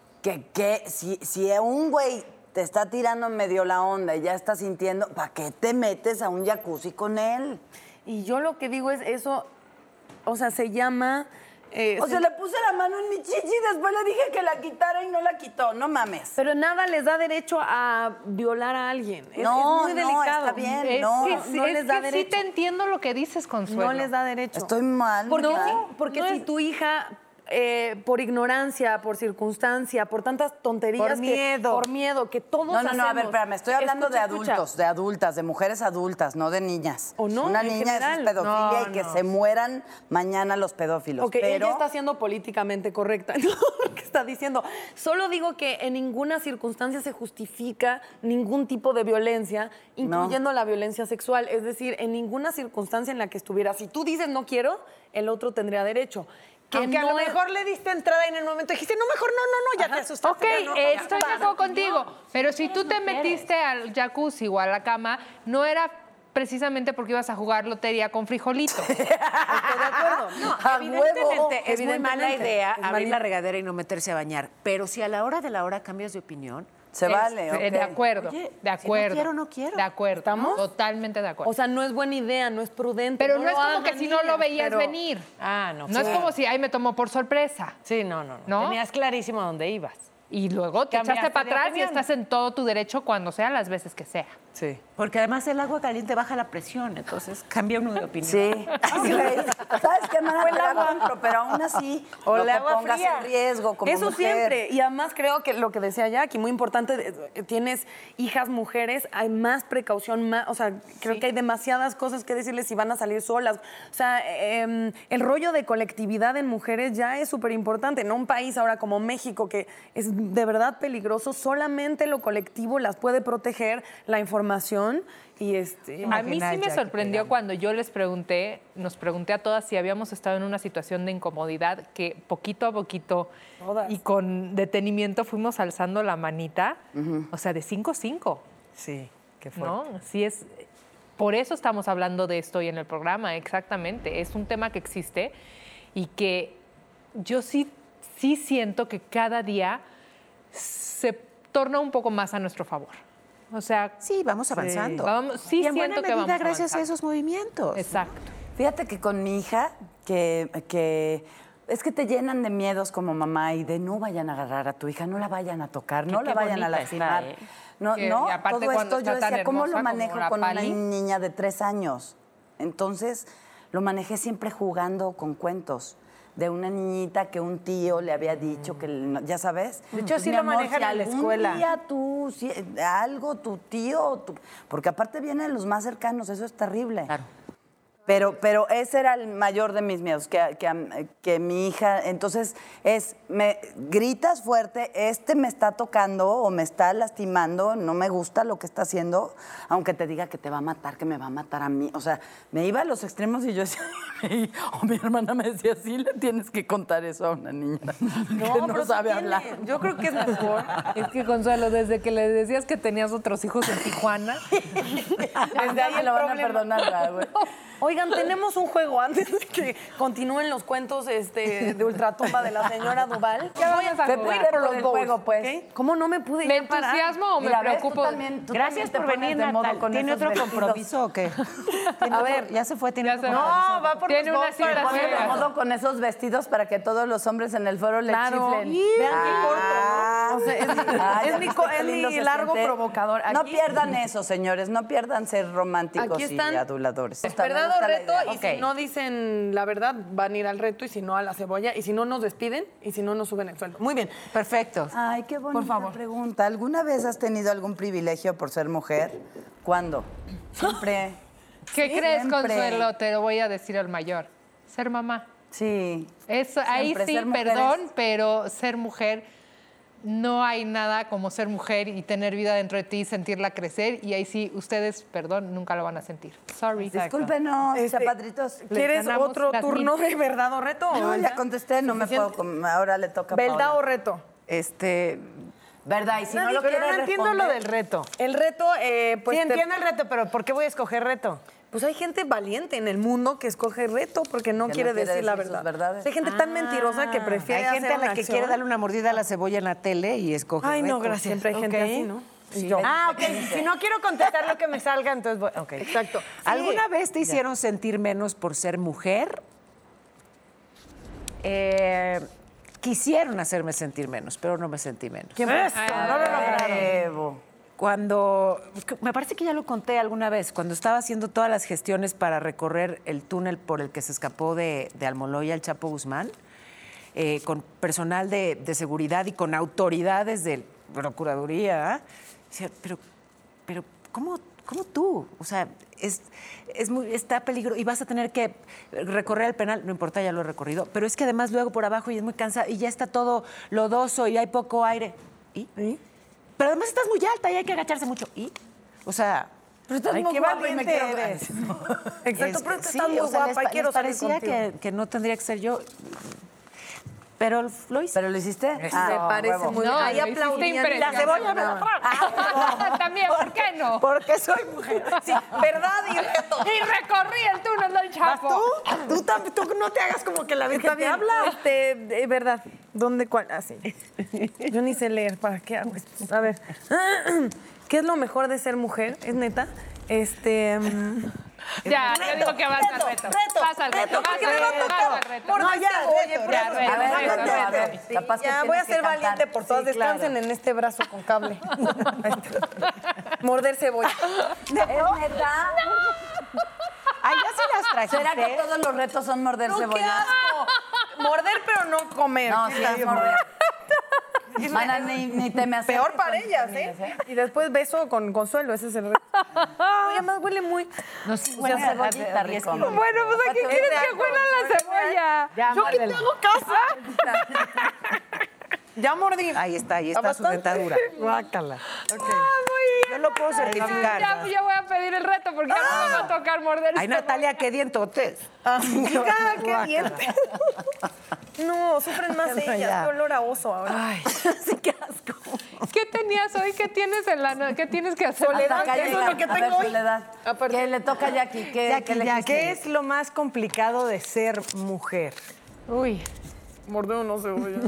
que si un güey te está tirando medio la onda y ya está sintiendo, ¿para qué te metes a un jacuzzi con él? Y yo lo que digo es eso, o sea, se llama... le puse la mano en mi chichi y después le dije que la quitara y no la quitó, no mames. Pero nada les da derecho a violar a alguien. Es muy delicado. Está bien, les da derecho. Sí te entiendo lo que dices, Consuelo. No les da derecho. Estoy mal. Porque si tu hija... por ignorancia, por circunstancia, por tantas tonterías. Por miedo, que todos hacemos. No, a ver, espérame, estoy hablando de adultos, de adultas, de mujeres adultas, no de niñas. ¿O no? Una En niña general. es pedofilia y que se mueran mañana los pedófilos. Ok, ella está siendo políticamente correcta en todo lo que está diciendo. Solo digo que en ninguna circunstancia se justifica ningún tipo de violencia, incluyendo la violencia sexual. Es decir, en ninguna circunstancia en la que estuviera. Si tú dices no quiero, el otro tendría derecho. Aunque a lo mejor le diste entrada y en el momento dijiste, no, mejor no, ya te asustaste. Ok, estoy de acuerdo contigo. Pero si tú te metiste al jacuzzi o a la cama, no era precisamente porque ibas a jugar lotería con frijolito. Estoy de acuerdo. Evidentemente, es muy mala idea abrir la regadera y no meterse a bañar. Pero si a la hora de la hora cambias de opinión... Se vale, ok. De acuerdo, Oye, de acuerdo. Si no quiero, no quiero. De acuerdo. ¿Estamos? Totalmente de acuerdo. O sea, no es buena idea, no es prudente. Pero no es como hagan, que si no lo veías venir. no. No es como si, ay, me tomó por sorpresa. Sí, no. Tenías clarísimo a dónde ibas. Y luego te Cambiaste echaste para de atrás y opinión. estás en todo tu derecho cuando sea, las veces que sea. Sí. Porque además el agua caliente baja la presión, entonces cambia uno de opinión. Sí. ¿Sabes qué, mana? Te la compro, pero aún así O no el te agua pongas fría. en riesgo como Eso mujer. siempre. Y además creo que lo que decía Jackie, muy importante, tienes hijas mujeres, hay más precaución, o sea, creo que hay demasiadas cosas que decirles si van a salir solas. O sea, el rollo de colectividad en mujeres ya es súper importante. En un país ahora como México, que es de verdad peligroso, solamente lo colectivo las puede proteger, la información. Y a mí sí me sorprendió cuando yo nos pregunté a todas si habíamos estado en una situación de incomodidad, que poquito a poquito y con detenimiento fuimos alzando la manita, o sea, de 5-5. Sí, qué fuerte. ¿No? Sí es, por eso estamos hablando de esto hoy en el programa, exactamente. Es un tema que existe y que yo sí siento que cada día se torna un poco más a nuestro favor. O sea, sí, vamos avanzando. Sí, y en siento buena que vamos medida gracias avanzando. a esos movimientos. Exacto. Fíjate que con mi hija, que es que te llenan de miedos como mamá y de no vayan a agarrar a tu hija, no la vayan a tocar, no la vayan a lastimar. No, Y aparte todo cuando esto yo está tan decía, ¿cómo hermosa lo manejo como la con una Pali? niña de 3 años? Entonces, lo manejé siempre jugando con cuentos. De una niñita que un tío le había dicho que, ya sabes. De hecho, sí lo manejan en la escuela. Un día tú, tu tío, porque aparte vienen los más cercanos, eso es terrible. Claro. Pero ese era el mayor de mis miedos, que mi hija, entonces me gritas fuerte, me está tocando o me está lastimando, no me gusta lo que está haciendo, aunque te diga que te va a matar, que me va a matar a mí. O sea, me iba a los extremos y yo decía, o mi hermana me decía, sí le tienes que contar eso a una niña que no sabe hablar. Yo creo que es mejor. Es que, Consuelo, desde que le decías que tenías otros hijos en Tijuana, desde ahí lo van a perdonar, güey. Oigan, Oigan, tenemos un juego antes de que continúen los cuentos de ultratumba de la señora Duval. ¿Qué vamos a Voy jugar? a ir por Por el los dos, juego, pues. ¿ok? ¿Cómo no me pude ¿Me ya parar? entusiasmo o me Mira, ¿ves? preocupo? Gracias por venir, Natal. ¿Tiene otro compromiso o qué? A ver, ¿ya se fue? ¿Tiene otro No, compromiso? va por Tiene los una dos cita para Pone de juega. modo con esos vestidos para que todos los hombres en el foro le Claro. chiflen. Vean qué corto, ¿no? O sea, es ¿ya mi viste qué es lindo mi se largo siente? provocador. No Aquí- pierdan eso, señores. No pierdan ser románticos Aquí están. y aduladores. ¿Verdad o reto? Y Ok. si no dicen la verdad, van a ir al reto y si no a la cebolla. Y si no, nos despiden y si no, nos suben el sueldo. Muy bien. Perfecto. Ay, qué bonita pregunta. ¿Alguna vez has tenido algún privilegio por ser mujer? ¿Cuándo? Siempre. ¿Qué crees, Siempre. Consuelo? Te lo voy a decir al mayor. Ser mamá. Sí. Eso, ahí Siempre sí, ser mujeres. perdón, pero ser mujer, no hay nada como ser mujer y tener vida dentro de ti, sentirla crecer. Y ahí sí, ustedes, perdón, nunca lo van a sentir. Sorry. Discúlpenos, zapatritos. ¿Quieres ganamos otro las turno mil. de verdad o reto? No, ya ¿Ya? contesté, no me puedo. Ahora le toca a ¿Verdad Paola. o reto? ¿Verdad? Y si no Nadie lo quiere quiere No entiendo lo del reto. El reto, pues... Sí, te- entiendo el reto, pero ¿por qué voy a escoger reto? Pues hay gente valiente en el mundo que escoge reto porque no Que no quiere quiere decir la decir sus verdad. verdades. Hay gente tan mentirosa que prefiere Hay gente hacer a la una que acción. quiere darle una mordida a la cebolla en la tele y escoge Ay, no, reto. gracias. Siempre hay gente Ok. así, ¿no? Sí, Yo. Ah, ok. Si no quiero contestar lo que me salga, entonces voy. Ok. Exacto. ¿Alguna vez te hicieron sentir menos por ser mujer? Quisieron hacerme sentir menos, pero no me sentí menos. ¿Quién fue? No lo lograron. Cuando, me parece que ya lo conté alguna vez, cuando estaba haciendo todas las gestiones para recorrer el túnel por el que se escapó de Almoloya el Chapo Guzmán, con personal de seguridad y con autoridades de Procuraduría, decía, pero ¿cómo tú? O sea, está peligro y vas a tener que recorrer el penal, no importa, ya lo he recorrido, pero es que además luego por abajo y es muy cansado y ya está todo lodoso y hay poco aire. ¿Y? Pero además estás muy alta y hay que agacharse mucho. ¿Y? O sea... Pero estás Ay, muy qué guapa y me valiente quiero... eres. Exacto, pero sí, estás muy o sea, guapa y quiero les salir parecía contigo. que no tendría que ser yo, pero lo hice. ¿Pero lo hiciste? Me parece muy bien. No, Ahí lo hiciste aplaudían. impresionante. La cebolla me la traga. También, ¿por qué no? Porque soy mujer. Sí, verdad y reto. Y recorrí el túnel del Chapo. Tú no te hagas como que la Virgen Está te bien. habla. Verdad. ¿Dónde cuál? Ah, sí. Yo ni sé leer. ¿Para qué hago esto? A ver. ¿Qué es lo mejor de ser mujer? ¿Es neta? Ya, yo digo que vas al reto. Pasa al reto. ¿Por qué me va a tocar? Por No, ya, oye, Ya, A ver, reto. Sí, capaz que ya voy a tienes que ser cantar. valiente por todas. Sí, claro. Descansen en este brazo con cable. Morder cebolla. ¿Es neta? Ay, ya se las trajiste. ¿Será que todos los retos son morder No, qué cebolla? asco. Morder, pero no comer. No, ¿Qué sí tal? es morder. Mana, ni te me acerques Peor para con ellas, tus amigas, ¿eh? Y después beso con Consuelo, ese es el reto. Oye, además huele muy... No, sí, Huele a cebollita, rico. Bueno, pues aquí Aparte, quieres es de que algo. huela la cebolla. Ya, ¿Yo qué te mórdela. hago casa? Ya mordí. Ahí está su bastante? dentadura. Guácala. Yo lo puedo certificar. Ya voy a pedir el reto porque ya no me va a tocar morder. Ay, Natalia, qué dientotes. Chica, qué dientes. No, sufren más No, ellas. ya. Qué olor a oso ahora. Ay, Sí, qué asco. ¿Qué tenías hoy? ¿Qué tienes en la ¿Qué tienes que hacer? Soledad. Hasta acá Eso es llega. lo que A ver, tengo hoy. Soledad. Aparte- ¿Qué le toca a Jackie? ¿Qué le ¿Qué es lo más complicado de ser mujer? Uy. Morder una cebolla.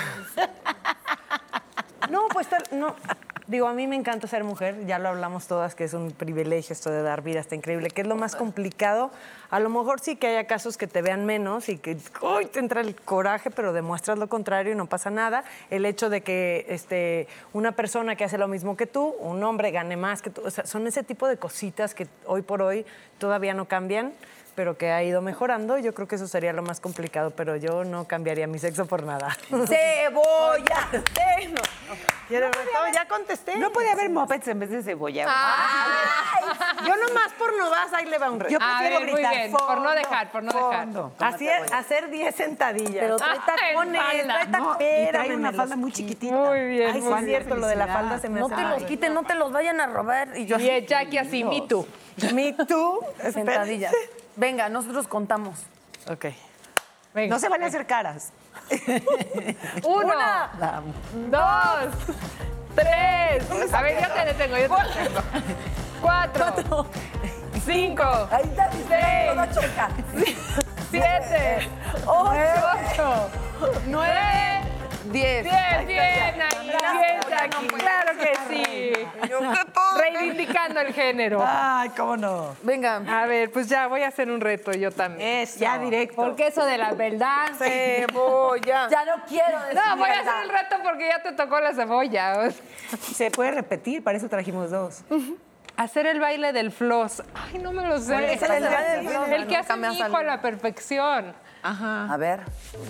No, pues no. Digo, a mí me encanta ser mujer, ya lo hablamos todas, que es un privilegio esto de dar vida, está increíble. ¿Qué es lo más complicado? A lo mejor sí que haya casos que te vean menos y que ¡uy! Te entra el coraje, pero demuestras lo contrario y no pasa nada. El hecho de que una persona que hace lo mismo que tú, un hombre gane más que tú, o sea, son ese tipo de cositas que hoy por hoy todavía no cambian, pero que ha ido mejorando. Yo creo que eso sería lo más complicado, pero yo no cambiaría mi sexo por nada. ¡Cebolla! No. ¿Quieres reto? Ya contesté. no puede haber mopeds en vez de cebolla. Yo nomás por no vas, ahí le va un reto. Yo A prefiero ver, muy gritar. bien. Por no dejar, por no dejar. Así es, hacer 10 sentadillas. Pero trae tacones, trae No, y trae una falda muy chiquitita. Muy bien. Ay, sí muy es bien. cierto, lo de la falda se me No hace... te los quiten, no te los vayan a robar. Y yo Y el Jackie así, me too. Me too. sentadillas. Venga, nosotros contamos. Ok. Venga. No se vale hacer caras. 1, 2, 3. A ver, yo te detengo, 4, 5. Ahí está, 6. toda chueca. 7. 8. 9. 10. Bien, Jackie. Claro que sí. Reivindicando el género. Ay, cómo no. Venga. A ver, pues ya voy a hacer un reto yo también. Eso. Ya directo. Porque eso de la verdad, cebolla. Ya no quiero decir No, voy a verdad. hacer el reto porque ya te tocó la cebolla. Se puede repetir, para eso trajimos dos. Hacer el baile del floss. Ay, no me lo sé. ¿Cuál es el baile del floss? El que hace mi hijo a la perfección. Ajá. A ver.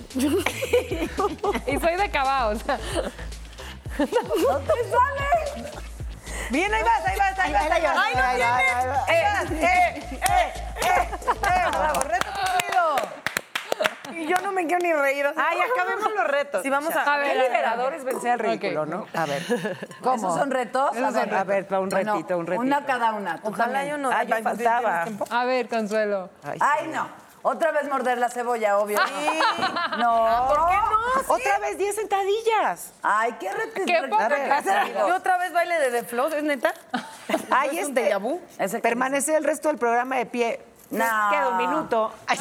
Y soy de Cabá, o sea. ¡No te sale! Bien, ahí vas. ¡Ay, no tienes! ¡Bravo, reto cumplido! Y yo no me quiero ni reír. Ay, acabemos los retos. Sí, vamos O sea, a ver. Qué liberador es vencer al ridículo, ¿no? A ver. ¿Cómo? ¿Esos son retos? A ver, un retito. Una cada una. Tú Ojalá también. yo no. Ah, yo faltaba. A ver, Consuelo. Ay, no. Otra vez morder la cebolla, obvio. No. ¿Por qué no? Otra vez 10 sentadillas. Ay, Qué poca ¿Y otra vez baile de The Floss? ¿Es neta? Ay, ¿Es un déjà vu? Permanecer el resto del programa de pie. No. Queda un minuto. Ay,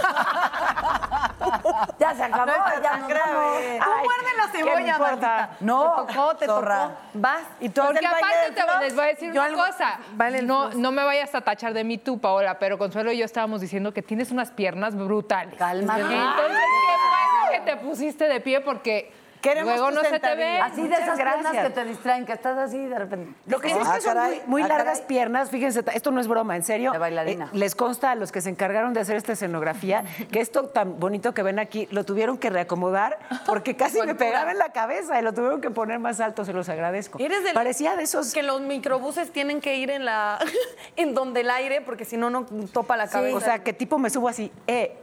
Ya se acabó, ya nos vamos. Tú muerde la cebolla, maldita. No, Te zorra. tocó. Vas. Y tú haces Porque el baile aparte del floss. les voy a decir Yo una algo- cosa. baile del floss. No me vayas a tachar de mí tú, Paola, pero Consuelo y yo estábamos diciendo que tienes unas piernas brutales. Cálmate. Entonces, qué bueno que te pusiste de pie porque Queremos luego tus no se te ve. sentadillas. Así de Muchas esas piernas gracias. que te distraen, que estás así de repente. Lo que sí es que son muy largas piernas, fíjense, esto no es broma, en serio. De bailarina. Les consta a los que se encargaron de hacer esta escenografía que esto tan bonito que ven aquí lo tuvieron que reacomodar porque casi me pegaba en la cabeza y lo tuvieron que poner más alto, se los agradezco. Eres del- Parecía de esos... Que los microbuses tienen que ir en la en donde el aire, porque si no, no topa la cabeza. O sea, que tipo me subo así,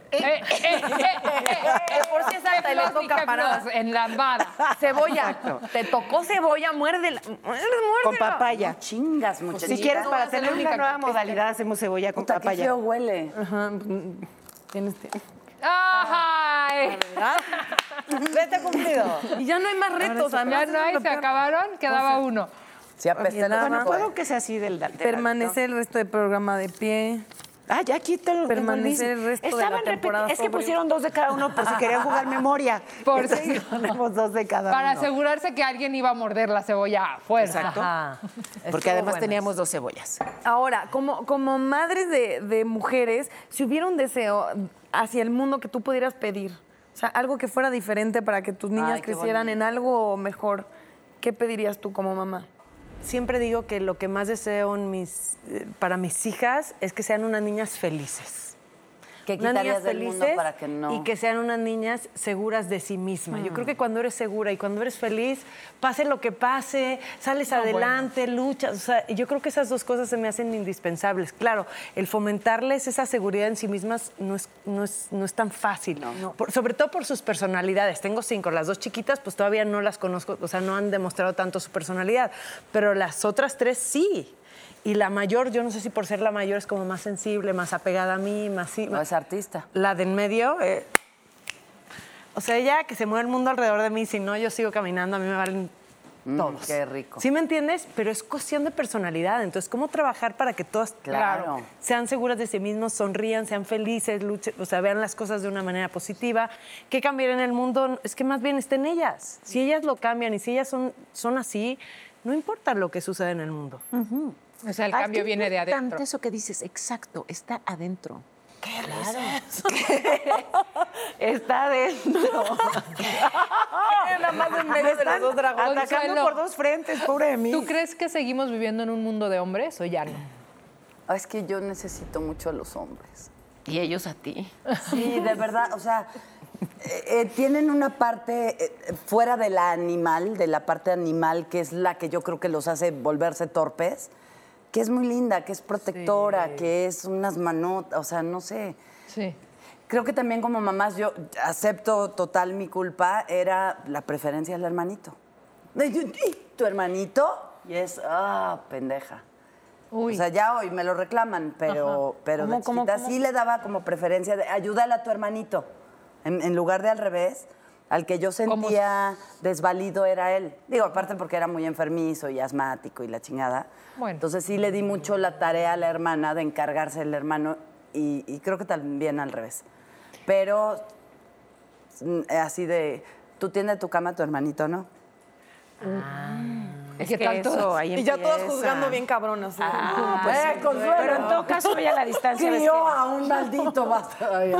Por si es alta y le toca parar. En la vara. Cebolla. Te tocó cebolla, muérdela. con papaya. No chingas, muchachos. Si quieres, no para vas a ser tener la una única nueva que- modalidad, hacemos cebolla con Puta, qué papaya. feo huele. Tienes ¡Ay! Reto cumplido. Y ya no hay más retos. Ya además, no hay, eso se es lo peor. acabaron, quedaba uno. Sí, apesta el Bueno, ojo, puedo que sea así del Permanecer el resto del programa de pie. Ah, ya quítalo. Permanecer el resto de la temporada Es que sobrio. pusieron 2 de cada uno por si querían jugar memoria. Por Entonces, si- ponemos 2 de cada Para uno. asegurarse que alguien iba a morder la cebolla a fuerza. Exacto. Porque además teníamos 2 cebollas. Ahora, como madres de mujeres, si hubiera un deseo hacia el mundo que tú pudieras pedir, o sea, algo que fuera diferente para que tus niñas Ay, qué crecieran bonito. en algo mejor, ¿qué pedirías tú como mamá? Siempre digo que lo que más deseo para mis hijas es que sean unas niñas felices. ¿Qué Unas quitarías niñas del mundo felices para que no? y que sean unas niñas seguras de sí mismas. Yo creo que cuando eres segura y cuando eres feliz, pase lo que pase, sales adelante, luchas. O sea, yo creo que esas dos cosas se me hacen indispensables. Claro, el fomentarles esa seguridad en sí mismas no es tan fácil. Sobre todo por sus personalidades. Tengo 5, las 2 chiquitas pues todavía no las conozco, o sea, no han demostrado tanto su personalidad, pero las otras 3 sí. Y la mayor, yo no sé si por ser la mayor es como más sensible, más apegada a mí, más sí. No es artista. La del medio, o sea, ella que se mueve el mundo alrededor de mí, si no, yo sigo caminando, a mí me valen todos. Qué rico. ¿Sí me entiendes? Pero es cuestión de personalidad. Entonces, ¿cómo trabajar para que todas Claro. sean seguras de sí mismos, sonrían, sean felices, luchen, o sea, vean las cosas de una manera positiva? ¿Qué cambiar en el mundo? Es que más bien está en ellas. Si ellas lo cambian y si ellas son así, no importa lo que suceda en el mundo. O sea, el cambio viene de adentro. Importante eso que dices, exacto, está adentro. Está adentro. Nada más en medio de los dos dragones. Atacando Consuelo, por 2 frentes, pobre de mí. ¿Tú crees que seguimos viviendo en un mundo de hombres o ya no? Es que yo necesito mucho a los hombres. Y ellos a ti. Sí, de verdad, o sea, tienen una parte fuera de la animal, de la parte animal, que es la que yo creo que los hace volverse torpes, que es muy linda, que es protectora, que es unas manotas, o sea, no sé. Sí. Creo que también como mamás yo acepto total mi culpa, era la preferencia del hermanito. ¿Tu hermanito? Y es, pendeja. Uy. O sea, ya hoy me lo reclaman, pero de chiquita sí le daba como preferencia de ayúdale a tu hermanito, en lugar de al revés. al que yo sentía desvalido era él. Digo, aparte porque era muy enfermizo y asmático y la chingada. Bueno. Entonces sí le di mucho la tarea a la hermana de encargarse del hermano y creo que también al revés. Pero así de, tú tienes tu cama, tu hermanito, ¿no? Es ¿Qué que tal eso, todos? ahí Y ya todos empieza. juzgando bien cabronas. Pues Consuelo. Pero en todo caso, ella a la distancia. ves Crió que- a un maldito basta. Ay,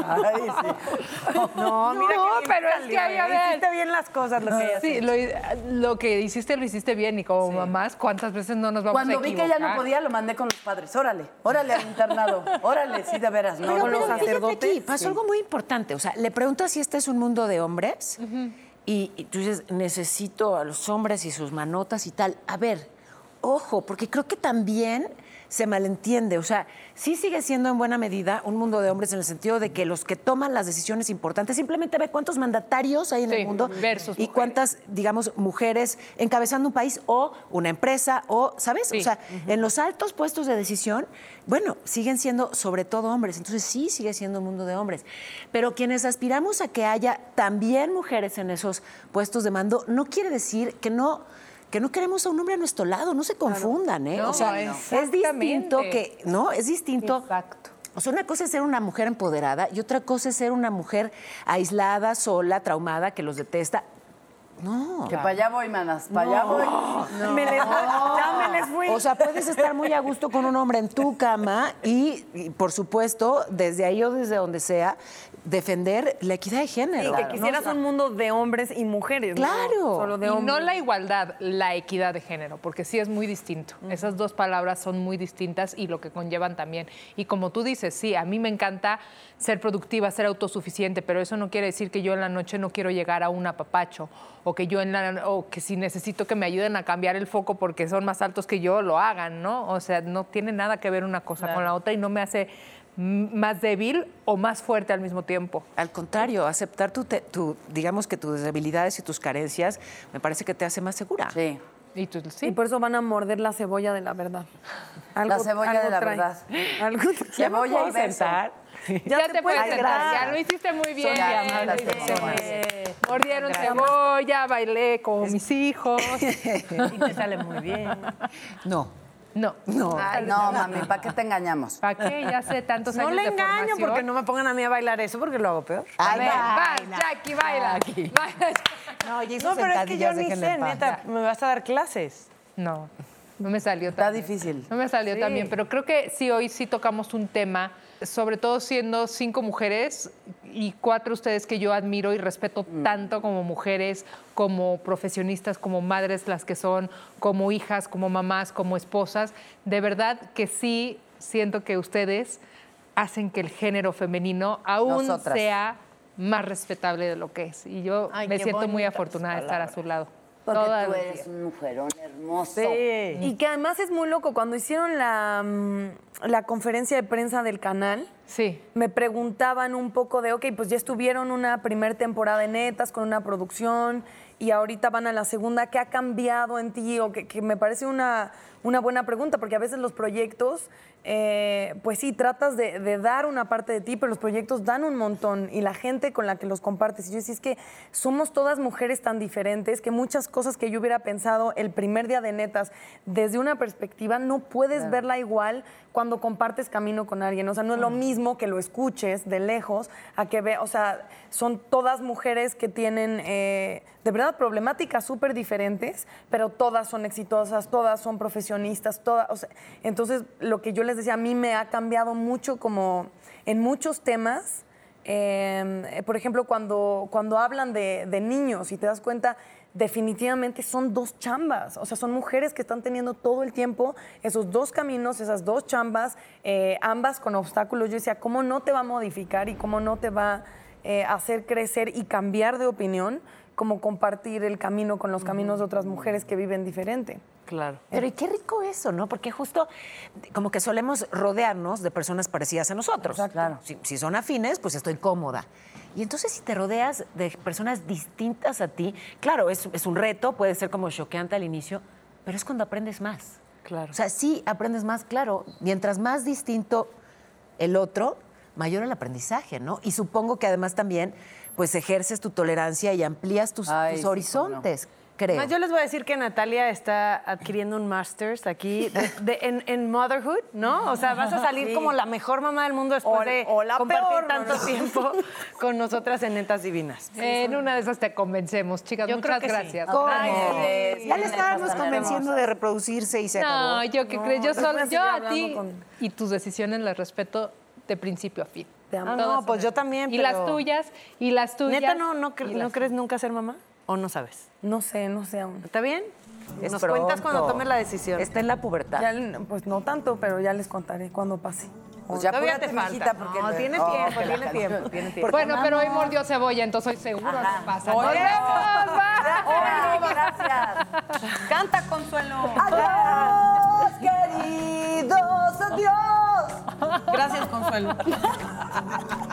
sí. No, mira No, qué bien pero es que ahí, a ver. hiciste bien las cosas, lo que ella Sí, lo que hiciste, lo hiciste bien. Y como mamás, ¿cuántas veces no nos vamos Cuando a vi equivocar? que ya no podía, lo mandé con los padres. Órale, órale al internado. Órale, sí, de veras. No, Pero, no, pero no. fíjate aquí, pasó algo muy importante. O sea, le preguntas si este es un mundo de hombres y tú dices, necesito a los hombres y sus manotas y tal. A ver, ojo, porque creo que también se malentiende. O sea, sí sigue siendo en buena medida un mundo de hombres en el sentido de que los que toman las decisiones importantes, simplemente ve cuántos mandatarios hay en el mundo versus y mujeres. cuántas, digamos, mujeres encabezando un país o una empresa o, ¿sabes? Sí. O sea, en los altos puestos de decisión, bueno, siguen siendo sobre todo hombres. Entonces sí sigue siendo un mundo de hombres. Pero quienes aspiramos a que haya también mujeres en esos puestos de mando, no quiere decir que no queremos a un hombre a nuestro lado, no se confundan, ¿eh? No, o sea, es distinto que, ¿no? Es distinto. Exacto. O sea, una cosa es ser una mujer empoderada y otra cosa es ser una mujer aislada, sola, traumada, que los detesta. No. Que para allá voy, manas, para allá voy. ya me les fui. O sea, puedes estar muy a gusto con un hombre en tu cama y, por supuesto, desde ahí o desde donde sea, defender la equidad de género. Y que ¿no? quisieras un mundo de hombres y mujeres. ¿no? Claro. Solo de Y hombres. no la igualdad, la equidad de género, porque sí es muy distinto. Esas dos palabras son muy distintas y lo que conllevan también. Y como tú dices, sí, a mí me encanta ser productiva, ser autosuficiente, pero eso no quiere decir que yo en la noche no quiero llegar a un apapacho o que yo o que si necesito que me ayuden a cambiar el foco porque son más altos que yo, lo hagan, ¿no? O sea, no tiene nada que ver una cosa con la otra y no me hace más débil o más fuerte al mismo tiempo. Al contrario, aceptar digamos que tus debilidades y tus carencias me parece que te hace más segura. Sí. Y tú, sí. Y por eso van a morder la cebolla de la verdad. La cebolla de la verdad. Cebolla y beso. Ya te puedes sentar, gracias. ya lo hiciste muy bien. Son llamadas las lo hiciste muy personas. bien. Mordieron cebolla, bailé con mis hijos. Y te sale muy bien. No. No. Ay, no, mami, ¿para qué te engañamos? ¿Para qué? Ya hace tantos No años le de engaño formación. porque no me pongan a mí a bailar eso porque lo hago peor. A ver, va, Jackie, baila. Baila. No, ya hizo No, pero es que yo sentadillas, ni déjenla sé, en paz. neta. ¿Me vas a dar clases? No me salió Está tan difícil. No me salió tan bien, pero creo que sí, hoy sí tocamos un tema, sobre todo siendo 5 mujeres y 4 ustedes que yo admiro y respeto tanto como mujeres, como profesionistas, como madres las que son, como hijas, como mamás, como esposas. De verdad que sí siento que ustedes hacen que el género femenino aún Nosotras. sea más respetable de lo que es. Y yo Ay, me qué siento muy bonitas afortunada de estar a su lado. Porque Todas tú las eres días. un mujerón hermoso. Y que además es muy loco. Cuando hicieron la conferencia de prensa del canal, Sí. me preguntaban un poco de, ok, pues ya estuvieron una primer temporada de Netas con una producción y ahorita van a la segunda. ¿Qué ha cambiado en ti? O que me parece una buena pregunta, porque a veces los proyectos, pues sí, tratas de dar una parte de ti, pero los proyectos dan un montón y la gente con la que los compartes. Y yo decía, es que somos todas mujeres tan diferentes que muchas cosas que yo hubiera pensado el primer día de Netas desde una perspectiva no puedes verla igual cuando compartes camino con alguien. O sea, no es lo mismo que lo escuches de lejos a que ve, o sea, son todas mujeres que tienen de verdad problemáticas súper diferentes, pero todas son exitosas, todas son profesionistas, todas, o sea, entonces lo que yo les decía, a mí me ha cambiado mucho como en muchos temas. Por ejemplo, cuando hablan de niños y te das cuenta, definitivamente son 2 chambas. O sea, son mujeres que están teniendo todo el tiempo esos 2 caminos, esas 2 chambas, ambas con obstáculos. Yo decía, ¿cómo no te va a modificar y cómo no te va a hacer crecer y cambiar de opinión? Como compartir el camino con los caminos de otras mujeres que viven diferente. Claro. Pero y qué rico eso, ¿no? Porque justo como que solemos rodearnos de personas parecidas a nosotros. Claro. Si son afines, pues estoy cómoda. Y entonces si te rodeas de personas distintas a ti, claro, es un reto, puede ser como choqueante al inicio, pero es cuando aprendes más. Claro. O sea, sí aprendes más, claro. Mientras más distinto el otro, mayor el aprendizaje, ¿no? Y supongo que además también, pues ejerces tu tolerancia y amplías tus horizontes. Creo. Además, yo les voy a decir que Natalia está adquiriendo un master's aquí en motherhood, ¿no? O sea, vas a salir como la mejor mamá del mundo después de compartir tanto tiempo con nosotras en Netas Divinas. En una de esas te convencemos, chicas. Yo creo muchas que gracias. sí. ¿Cómo? Ya le estábamos convenciendo de reproducirse y se acabó. No, yo que creo, yo a ti y tus decisiones las respeto de principio a fin. No, pues yo también. Y las tuyas, y las tuyas. ¿Neta no crees nunca ser mamá? ¿O no sabes? No sé aún. ¿Está bien? Es Nos pronto. cuentas cuando tomes la decisión. Está en la pubertad. Pues no tanto, pero ya les contaré cuando pase. Pues ya Todavía apúrate, te falta. mijita, porque No, tiene tiempo. Bueno, pero hoy mordió cebolla, entonces soy seguro no pasa. ¡Nos vemos! ¡Bye! Gracias. Canta, Consuelo. Adiós, queridos, adiós. Gracias, Consuelo.